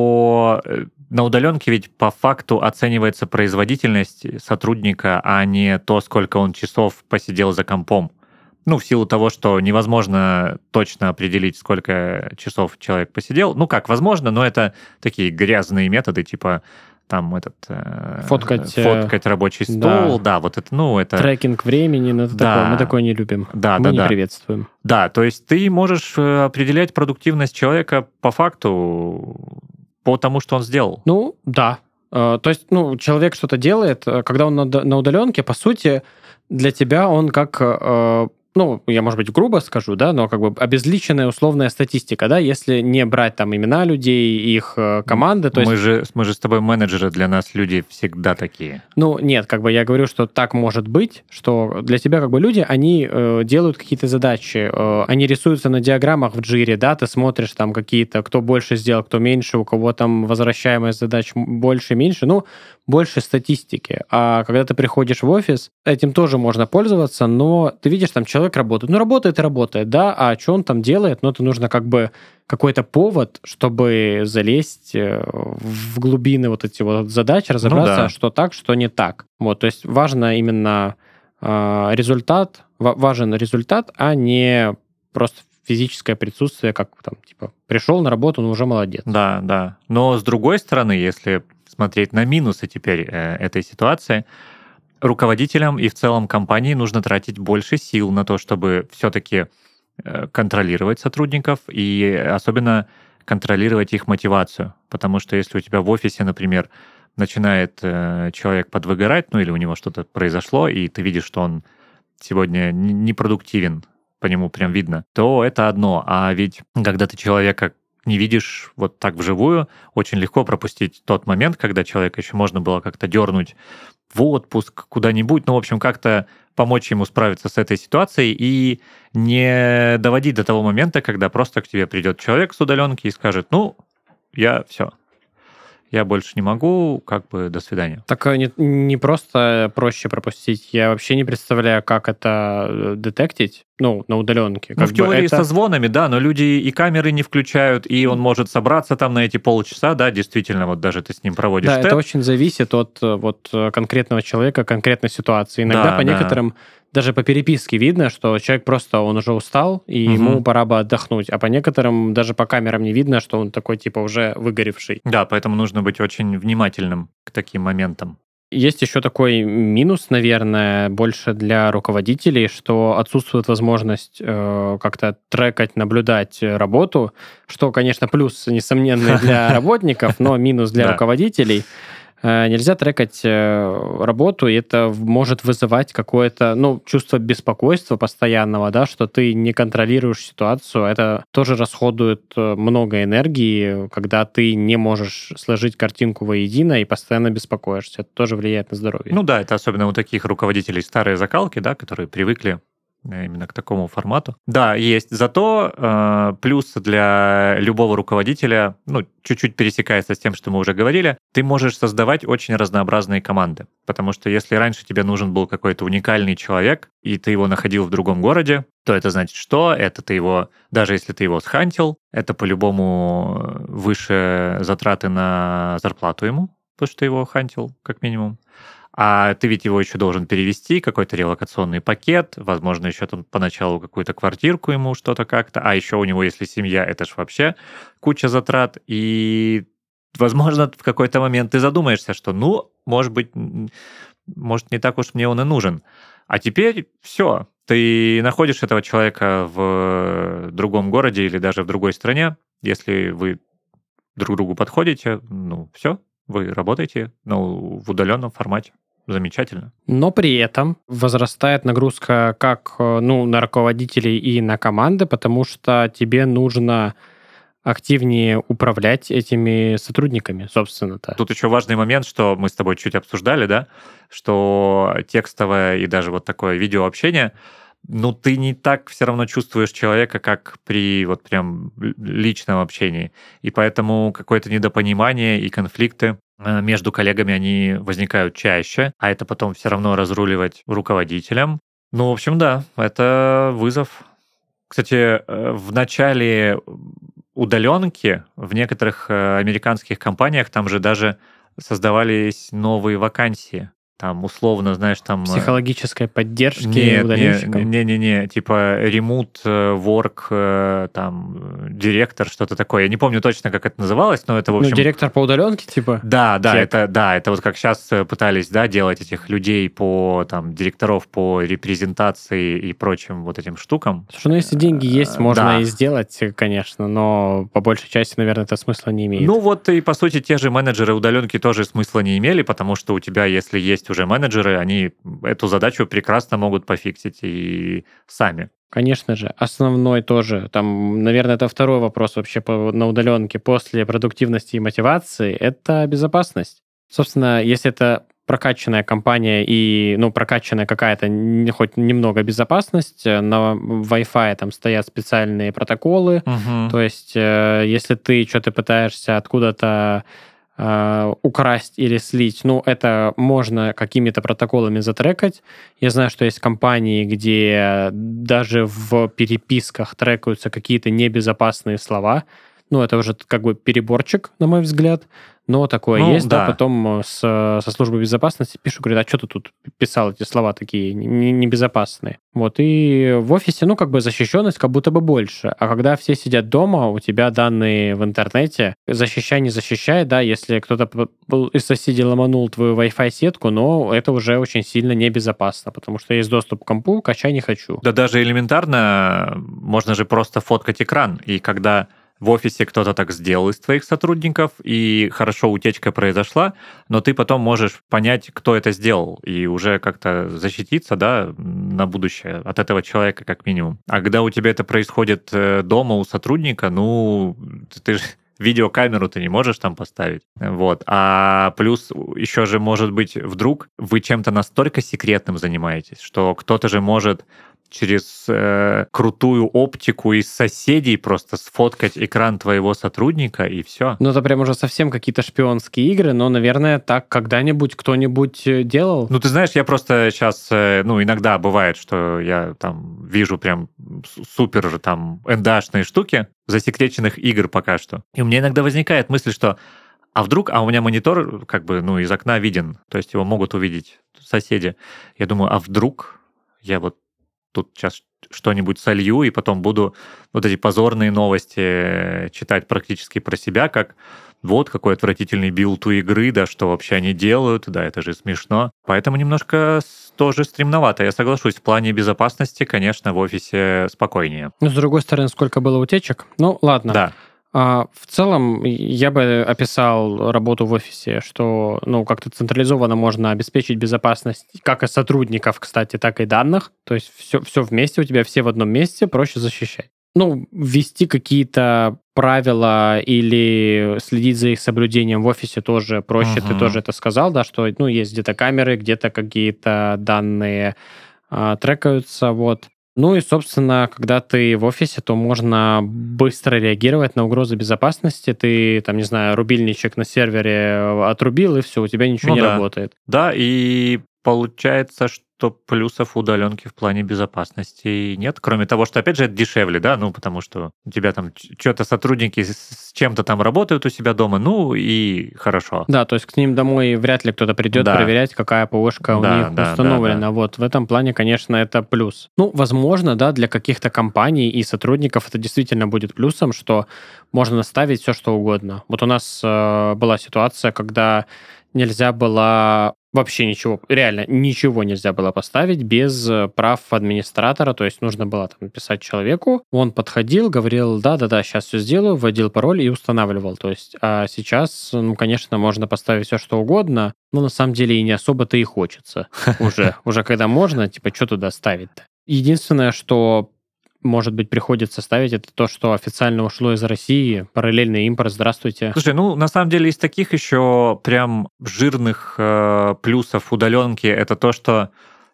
Speaker 2: что э, на удаленке ведь по факту оценивается производительность сотрудника, а не то, сколько он часов посидел за компом. Ну, в силу того, что невозможно точно определить, сколько часов человек посидел. Ну как, возможно, но это такие грязные методы, типа там этот... э,
Speaker 1: Фоткать, э,
Speaker 2: фоткать рабочий
Speaker 1: да.
Speaker 2: стол, да, вот это, ну, это...
Speaker 1: Трекинг времени, ну, это
Speaker 2: Да.
Speaker 1: такое, мы такое не любим.
Speaker 2: Да,
Speaker 1: мы
Speaker 2: да,
Speaker 1: не
Speaker 2: да.
Speaker 1: приветствуем.
Speaker 2: Да, то есть ты можешь э, определять продуктивность человека по факту, по тому, что он сделал.
Speaker 1: Ну, да. Э, То есть, ну, человек что-то делает, э, когда он на, д- на удаленке, по сути, для тебя он как, э, ну, я, может быть, грубо скажу, да, но как бы обезличенная условная статистика, да, если не брать там имена людей, их э, команды, то есть...
Speaker 2: мы, же, мы же с тобой менеджеры, для нас люди всегда такие.
Speaker 1: Ну, нет, как бы я говорю, что так может быть, что для тебя как бы люди, они э, делают какие-то задачи, э, они рисуются на диаграммах в джире, да, ты смотришь там какие-то, кто больше сделал, кто меньше, у кого там возвращаемость задач м- больше, меньше, ну, больше статистики. А когда ты приходишь в офис, этим тоже можно пользоваться, но ты видишь, там человек работает. Ну, работает и работает, да, а что он там делает, ну, это нужно как бы какой-то повод, чтобы залезть э, в глубины вот эти вот задач, разобраться,
Speaker 2: да.
Speaker 1: что так, что не так. Вот, то есть важно именно э, результат, ва- важен результат, а не просто физическое присутствие, как там, типа, пришел на работу, ну, уже молодец.
Speaker 2: Да, да. Но с другой стороны, если смотреть на минусы теперь э, этой ситуации, руководителям и в целом компании нужно тратить больше сил на то, чтобы все-таки э, контролировать сотрудников и особенно контролировать их мотивацию. Потому что если у тебя в офисе, например, начинает э, человек подвыгорать, ну или у него что-то произошло, и ты видишь, что он сегодня н- непродуктивен, по нему прям видно, то это одно. А ведь когда ты человека не видишь вот так вживую, очень легко пропустить тот момент, когда человека еще можно было как-то дернуть в отпуск куда-нибудь, ну, в общем, как-то помочь ему справиться с этой ситуацией и не доводить до того момента, когда просто к тебе придет человек с удаленки и скажет, ну, я все, я больше не могу, как бы до свидания.
Speaker 1: Так э, не, не просто проще пропустить, я вообще не представляю, как это э, детектить, ну, на удаленке.
Speaker 2: Ну,
Speaker 1: Как
Speaker 2: в
Speaker 1: бы
Speaker 2: теории
Speaker 1: это-
Speaker 2: со звонами, да, но люди и камеры не включают, и он может собраться там на эти полчаса, да, действительно, вот даже ты с ним проводишь
Speaker 1: Да,
Speaker 2: тэп.
Speaker 1: это очень зависит от э, вот э, конкретного человека, конкретной ситуации. Иногда
Speaker 2: Да,
Speaker 1: по
Speaker 2: да.
Speaker 1: некоторым, даже по переписке видно, что человек просто, он уже устал, и
Speaker 2: Мгм.
Speaker 1: ему пора бы отдохнуть. А по некоторым, даже по камерам не видно, что он такой, типа, уже выгоревший.
Speaker 2: Да, поэтому нужно быть очень внимательным к таким моментам.
Speaker 1: Есть еще такой минус, наверное, больше для руководителей, что отсутствует возможность э, как-то трекать, наблюдать э, работу, что, конечно, плюс несомненный для работников, но минус для
Speaker 2: Да.
Speaker 1: руководителей. э, нельзя трекать э, работу, и это в- может вызывать какое-то, ну, чувство беспокойства постоянного, да, что ты не контролируешь ситуацию. Это тоже расходует э, много энергии, когда ты не можешь сложить картинку воедино и постоянно беспокоишься. Это тоже влияет на здоровье.
Speaker 2: Ну да, это особенно у таких руководителей старой закалки, да, которые привыкли э, именно к такому формату. Да, есть. Зато э, плюс для любого руководителя, ну, чуть-чуть пересекается с тем, что мы уже говорили, ты можешь создавать очень разнообразные команды. Потому что если раньше тебе нужен был какой-то уникальный человек, и ты его находил в другом городе, то это значит что? Это ты его, даже если ты его схантил, это по-любому выше затраты на зарплату ему, потому что ты его хантил, как минимум. А ты ведь его еще должен перевести, какой-то релокационный пакет, возможно, еще там поначалу какую-то квартирку ему что-то как-то, а еще у него, если семья, это ж вообще куча затрат, и, возможно, в какой-то момент ты задумаешься, что, ну, может быть, м, может, не так уж мне он и нужен. А теперь все, ты находишь этого человека в другом городе или даже в другой стране, если вы друг другу подходите, ну, все, вы работаете, ну, в удаленном формате. Замечательно.
Speaker 1: Но при этом возрастает нагрузка как э, ну, на руководителей и на команды, потому что тебе нужно активнее управлять этими сотрудниками, собственно-то.
Speaker 2: Тут еще важный момент, что мы с тобой чуть обсуждали, да, что текстовое и даже вот такое видеообщение, ну, ты не так все равно чувствуешь человека, как при вот прям л- личном общении. И поэтому какое-то недопонимание и конфликты э, между коллегами, они возникают чаще, а это потом все равно разруливать руководителям. Ну, в общем, да, это вызов. Кстати, э, в начале удаленки в некоторых э, американских компаниях там же даже создавались новые вакансии. Там условно, знаешь, там... э,
Speaker 1: Психологической поддержки
Speaker 2: Нет,
Speaker 1: удаленщикам.
Speaker 2: не-не-не, типа remote э, work, э, там, э, директор, что-то такое. Я не помню точно, как это называлось, но это, в
Speaker 1: Ну,
Speaker 2: общем...
Speaker 1: директор по удаленке, типа?
Speaker 2: Да, да,
Speaker 1: Тек.
Speaker 2: это, да, это вот как сейчас пытались, да, делать этих людей по, там, директоров по репрезентации и прочим вот этим штукам.
Speaker 1: Слушай, ну если деньги есть,
Speaker 2: Э,
Speaker 1: можно
Speaker 2: да.
Speaker 1: и сделать, конечно, но по большей части, наверное, это смысла не имеет.
Speaker 2: Ну вот и, по сути, те же менеджеры удаленки тоже смысла не имели, потому что у тебя, если есть уже менеджеры, они эту задачу прекрасно могут пофиксить и сами.
Speaker 1: Конечно же. Основной тоже, там, наверное, это второй вопрос вообще по, на удаленке после продуктивности и мотивации, это безопасность. Собственно, если это прокачанная компания и, ну, прокачанная какая-то не- хоть немного безопасность, э, на Wi-Fi там стоят специальные протоколы,
Speaker 2: Мгм.
Speaker 1: то есть, э, если ты что-то пытаешься откуда-то э, украсть или слить, ну, это можно какими-то протоколами затрекать. Я знаю, что есть компании, где даже в переписках трекаются какие-то небезопасные слова. Ну, это уже как бы переборчик, на мой взгляд. Но такое
Speaker 2: Ну,
Speaker 1: есть, да.
Speaker 2: да.
Speaker 1: Потом с, со службы безопасности пишут, говорят, а что ты тут писал эти слова такие не- небезопасные? Вот, и в офисе, ну, как бы защищенность как будто бы больше. А когда все сидят дома, у тебя данные в интернете, защищай, не защищай, да, если кто-то п- п- из соседей ломанул твою Wi-Fi сетку, но это уже очень сильно небезопасно, потому что есть доступ к компу, качай не хочу.
Speaker 2: Да даже элементарно можно же просто фоткать экран, и когда в офисе кто-то так сделал из твоих сотрудников, и хорошо утечка произошла, но ты потом можешь понять, кто это сделал, и уже как-то защититься, да, на будущее от этого человека как минимум. А когда у тебя это происходит э, дома у сотрудника, ну, ты же видеокамеру ты не можешь там поставить. Вот. А плюс еще же, может быть, вдруг вы чем-то настолько секретным занимаетесь, что кто-то же может через э, крутую оптику из соседей просто сфоткать экран твоего сотрудника, и все.
Speaker 1: Ну, это прям уже совсем какие-то шпионские игры, но, наверное, так когда-нибудь кто-нибудь э, делал.
Speaker 2: Ну, ты знаешь, я просто сейчас, э, ну, иногда бывает, что я там вижу прям с- супер там эндашные штуки засекреченных игр пока что. И у меня иногда возникает мысль, что а вдруг, а у меня монитор как бы, ну, из окна виден, то есть его могут увидеть соседи. Я думаю, а вдруг я вот тут сейчас что-нибудь солью, и потом буду вот эти позорные новости читать практически про себя, как вот какой отвратительный билд у игры, да, что вообще они делают, да, это же смешно. Поэтому немножко с- тоже стремновато, я соглашусь, в плане безопасности, конечно, в офисе спокойнее.
Speaker 1: Ну, с другой стороны, сколько было утечек? Ну, ладно.
Speaker 2: Да.
Speaker 1: А, в целом, я бы описал работу в офисе, что, ну, как-то централизованно можно обеспечить безопасность как и сотрудников, кстати, так и данных. То есть все, все вместе у тебя, все в одном месте, проще защищать. Ну, ввести какие-то правила или следить за их соблюдением в офисе тоже проще. Ты тоже
Speaker 2: Мгм.
Speaker 1: это сказал, да, что, ну, есть где-то камеры, где-то какие-то данные а, трекаются, вот. Ну и, собственно, когда ты в офисе, то можно быстро реагировать на угрозы безопасности. Ты, там, не знаю, рубильничек на сервере э, отрубил, и все, у тебя ничего
Speaker 2: Ну
Speaker 1: не
Speaker 2: да.
Speaker 1: работает.
Speaker 2: Да, и получается, что плюсов удаленки в плане безопасности нет, кроме того, что, опять же, это дешевле, да, ну, потому что у тебя там что-то сотрудники с с чем-то там работают у себя дома, ну, и хорошо.
Speaker 1: Да, то есть к ним домой вряд ли кто-то придет
Speaker 2: Да,
Speaker 1: проверять, какая ПОшка у
Speaker 2: да,
Speaker 1: них
Speaker 2: да, да, да.
Speaker 1: установлена. Вот в этом плане, конечно, это плюс. Ну, возможно, да, для каких-то компаний и сотрудников это действительно будет плюсом, что можно наставить все, что угодно. Вот у нас э, была ситуация, когда нельзя было вообще ничего, реально ничего нельзя было поставить без э, прав администратора, то есть нужно было там писать человеку, он подходил, говорил, да-да-да, сейчас все сделаю, вводил пароль и устанавливал. То есть, а сейчас, ну, конечно, можно поставить все, что угодно, но на самом деле и не особо-то и хочется уже. Уже когда можно, типа, что туда ставить-то? Единственное, что может быть, приходится ставить, это то, что официально ушло из России, параллельный импорт, здравствуйте.
Speaker 2: Слушай, ну, на самом деле, из таких еще прям жирных э, плюсов удаленки это то, что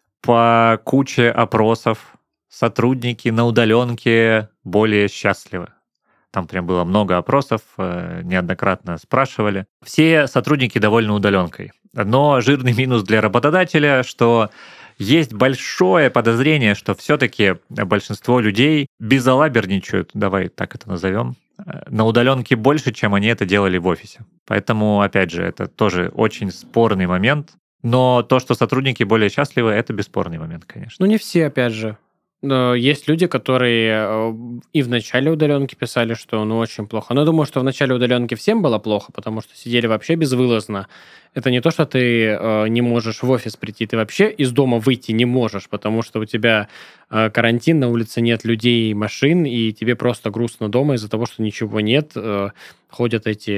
Speaker 2: по куче опросов сотрудники на удаленке более счастливы. Там прям было много опросов, э, неоднократно спрашивали. Все сотрудники довольны удаленкой. Но жирный минус для работодателя, что есть большое подозрение, что все-таки большинство людей безалаберничают, давай так это назовем, э, на удаленке больше, чем они это делали в офисе. Поэтому, опять же, это тоже очень спорный момент. Но то, что сотрудники более счастливы, это бесспорный момент, конечно.
Speaker 1: Ну, не все, опять же. Но есть люди, которые э, и в начале удаленки писали, что ну очень плохо. Но я думаю, что в начале удаленки всем было плохо, потому что сидели вообще безвылазно. Это не то, что ты э, не можешь в офис прийти, ты вообще из дома выйти не можешь, потому что у тебя э, карантин, на улице нет людей, машин, и тебе просто грустно дома из-за того, что ничего нет. Э, ходят эти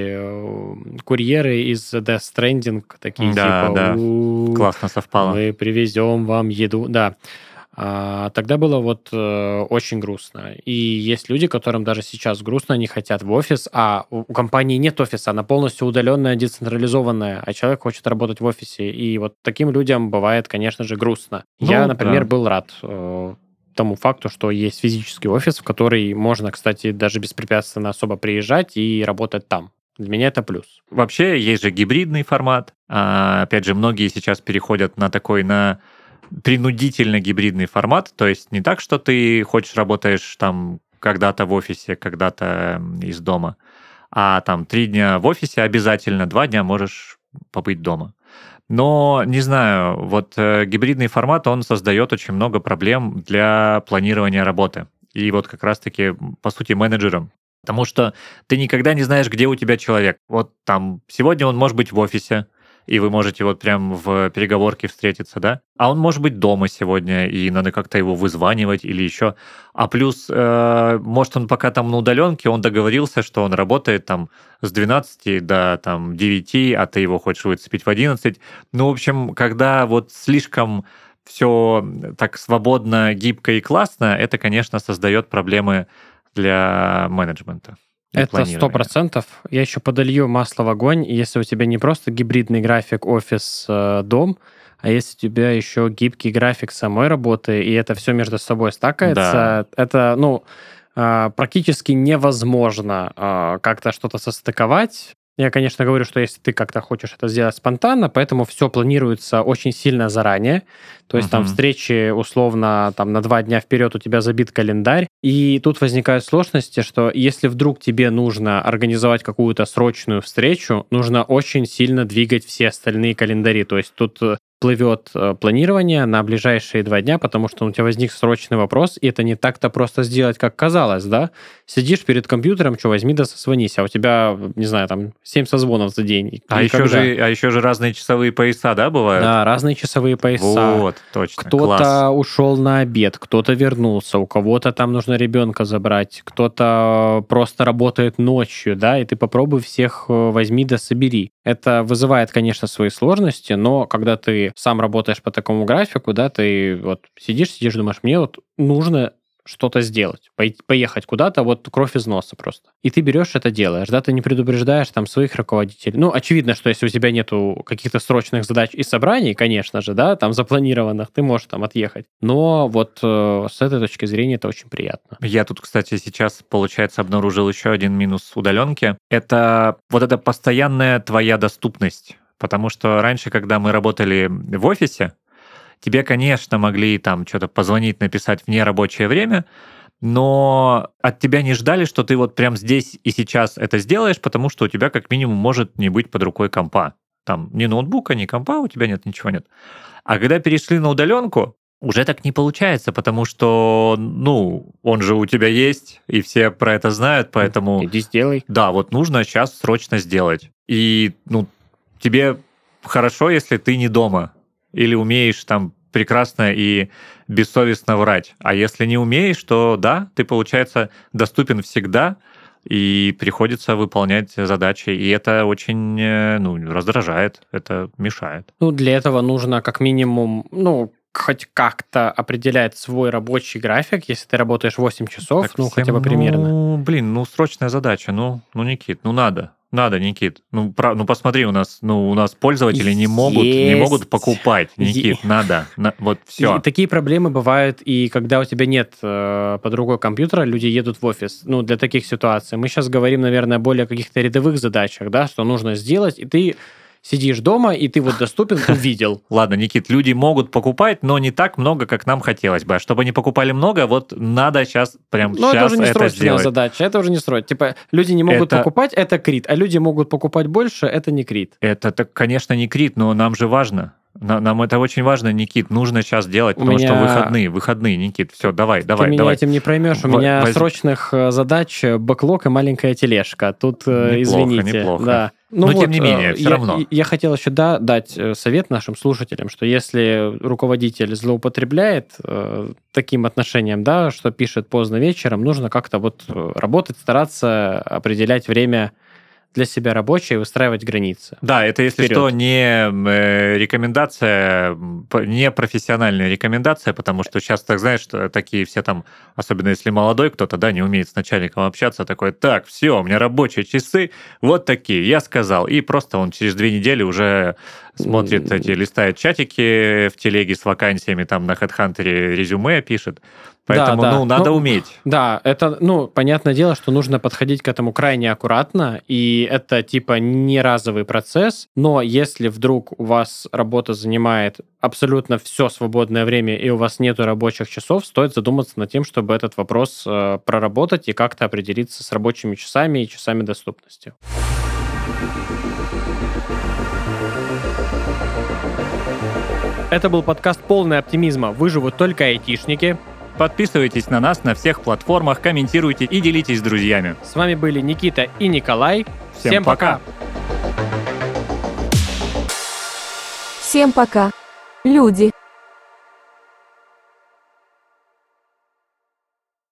Speaker 1: э, курьеры из Death Stranding, такие
Speaker 2: Да,
Speaker 1: типа,
Speaker 2: да,
Speaker 1: «У,
Speaker 2: классно совпало.
Speaker 1: мы привезем вам еду». Да. А, тогда было вот э, очень грустно. И есть люди, которым даже сейчас грустно, они хотят в офис, а у, у компании нет офиса, она полностью удаленная, децентрализованная, а человек хочет работать в офисе. И вот таким людям бывает, конечно же, грустно. Я,
Speaker 2: Ну,
Speaker 1: например,
Speaker 2: да.
Speaker 1: был рад э, тому факту, что есть физический офис, в который можно, кстати, даже беспрепятственно особо приезжать и работать там. Для меня это плюс.
Speaker 2: Вообще есть же гибридный формат. А, опять же, многие сейчас переходят на такой, на принудительно гибридный формат. То есть не так, что ты хочешь работаешь там когда-то в офисе, когда-то м, из дома, а там три дня в офисе обязательно, два дня можешь побыть дома. Но, не знаю, вот э, гибридный формат, он создает очень много проблем для планирования работы. И вот как раз-таки, м, по сути, менеджерам. Потому что ты никогда не знаешь, где у тебя человек. Вот там сегодня он может быть в офисе, и вы можете вот прям в переговорке встретиться, да? А он может быть дома сегодня, и надо как-то его вызванивать или еще. А плюс, э, может, он пока там на удаленке, он договорился, что он работает там с двенадцати до там девяти, а ты его хочешь выцепить в одиннадцать. Ну, в общем, когда вот слишком все так свободно, гибко и классно, это, конечно, создает проблемы для менеджмента. Для
Speaker 1: Это сто
Speaker 2: планирования.
Speaker 1: процентов. Я еще подолью масло в огонь. Если у тебя не просто гибридный график офис-дом, а если у тебя еще гибкий график самой работы, и это все между собой
Speaker 2: Да.
Speaker 1: стакается, это, ну, а, практически невозможно а, как-то что-то состыковать. Я, конечно, говорю, что если ты как-то хочешь это сделать спонтанно, поэтому все планируется очень сильно заранее. То есть там
Speaker 2: Мгм.
Speaker 1: встречи условно там на два дня вперед у тебя забит календарь. И тут возникают сложности, что если вдруг тебе нужно организовать какую-то срочную встречу, нужно очень сильно двигать все остальные календари. То есть тут э, плывет планирование на ближайшие два дня, потому что у тебя возник срочный вопрос, и это не так-то просто сделать, как казалось, да? Сидишь перед компьютером, что, возьми да созвонись, а у тебя, не знаю, там, семь созвонов за день.
Speaker 2: А еще, же, а еще же разные часовые пояса, да, бывают?
Speaker 1: Да, разные часовые пояса.
Speaker 2: Вот, точно,
Speaker 1: Кто-то
Speaker 2: класс.
Speaker 1: ушел на обед, кто-то вернулся, у кого-то там нужно ребенка забрать, кто-то просто работает ночью, да, и ты попробуй всех возьми да собери. Это вызывает, конечно, свои сложности, но когда ты сам работаешь по такому графику, да, ты вот сидишь, сидишь, думаешь, мне вот нужно что-то сделать, поехать куда-то, вот кровь из носа просто. И ты берешь это делаешь, да, ты не предупреждаешь там своих руководителей. Ну, очевидно, что если у тебя нету каких-то срочных задач и собраний, конечно же, да, там запланированных, ты можешь там отъехать. Но вот э, с этой точки зрения это очень приятно.
Speaker 2: Я тут, кстати, сейчас, получается, обнаружил еще один минус удаленки. Это вот эта постоянная твоя доступность. Потому что раньше, когда мы работали в офисе, тебе, конечно, могли там что-то позвонить, написать в нерабочее время, но от тебя не ждали, что ты вот прям здесь и сейчас это сделаешь, потому что у тебя как минимум может не быть под рукой компа. Там ни ноутбука, ни компа, у тебя нет, ничего нет. А когда перешли на удаленку, уже так не получается, потому что, ну, он же у тебя есть, и все про это знают, поэтому...
Speaker 1: Иди сделай.
Speaker 2: Да, вот нужно сейчас срочно сделать. И, ну, тебе хорошо, если ты не дома, или умеешь там прекрасно и бессовестно врать. А если не умеешь, то да, ты, получается, доступен всегда, и приходится выполнять задачи. И это очень, ну, раздражает, это мешает.
Speaker 1: Ну, для этого нужно как минимум, ну, хоть как-то определять свой рабочий график, если ты работаешь восемь часов, так ну, всем, хотя бы примерно.
Speaker 2: Ну, блин, ну, срочная задача, ну, ну, Никит, ну, надо. Надо, Никит. Ну, про, ну посмотри, у нас, ну, у нас пользователи не могут, не могут покупать. Никит, Есть. надо. На, вот все.
Speaker 1: И такие проблемы бывают и когда у тебя нет э, под рукой компьютера, люди едут в офис. Ну, для таких ситуаций. Мы сейчас говорим, наверное, более о каких-то рядовых задачах, да, что нужно сделать, и ты сидишь дома, и ты вот доступен, увидел.
Speaker 2: Ладно, Никит, люди могут покупать, но не так много, как нам хотелось бы. А чтобы они покупали много, вот надо сейчас, прям
Speaker 1: но
Speaker 2: сейчас
Speaker 1: это уже не
Speaker 2: это
Speaker 1: срочная
Speaker 2: сделать.
Speaker 1: задача, это уже не срочно. Типа, люди не могут
Speaker 2: это...
Speaker 1: покупать, это крит, а люди могут покупать больше, это не крит.
Speaker 2: Это, так, конечно, не крит, но нам же важно. Нам это очень важно, Никит, нужно сейчас делать,
Speaker 1: у
Speaker 2: потому
Speaker 1: меня...
Speaker 2: что выходные, выходные, Никит, все, давай, давай,
Speaker 1: Ты
Speaker 2: давай.
Speaker 1: меня этим не проймешь, у
Speaker 2: В...
Speaker 1: меня
Speaker 2: Воз...
Speaker 1: срочных задач бэклог и маленькая тележка, тут
Speaker 2: неплохо,
Speaker 1: извините.
Speaker 2: Неплохо,
Speaker 1: да.
Speaker 2: Ну, но
Speaker 1: вот,
Speaker 2: тем не менее, все
Speaker 1: я,
Speaker 2: равно.
Speaker 1: Я, я хотел еще да, дать совет нашим слушателям, что если руководитель злоупотребляет э, таким отношением, да, что пишет поздно вечером, нужно как-то вот работать, стараться определять время для себя рабочее и выстраивать границы.
Speaker 2: Да, это, если
Speaker 1: Вперед.
Speaker 2: что, не рекомендация, не профессиональная рекомендация, потому что сейчас, так знаешь, что такие все там, особенно если молодой кто-то, да, не умеет с начальником общаться, такой, так, все, у меня рабочие часы, вот такие, я сказал. И просто он через две недели уже смотрит эти, листает чатики в телеге с вакансиями, там на HeadHunter резюме пишет. Поэтому,
Speaker 1: да, да.
Speaker 2: ну, надо
Speaker 1: ну,
Speaker 2: уметь.
Speaker 1: Да, это, ну, понятное дело, что нужно подходить к этому крайне аккуратно, и это, типа, не разовый процесс, но если вдруг у вас работа занимает абсолютно все свободное время, и у вас нету рабочих часов, стоит задуматься над тем, чтобы этот вопрос э, проработать и как-то определиться с рабочими часами и часами доступности. Это был подкаст «Полный оптимизма. Выживут только айтишники».
Speaker 2: Подписывайтесь на нас на всех платформах, комментируйте и делитесь с друзьями.
Speaker 1: С вами были Никита и Николай.
Speaker 2: Всем,
Speaker 1: Всем пока.
Speaker 2: пока.
Speaker 3: Всем пока, люди.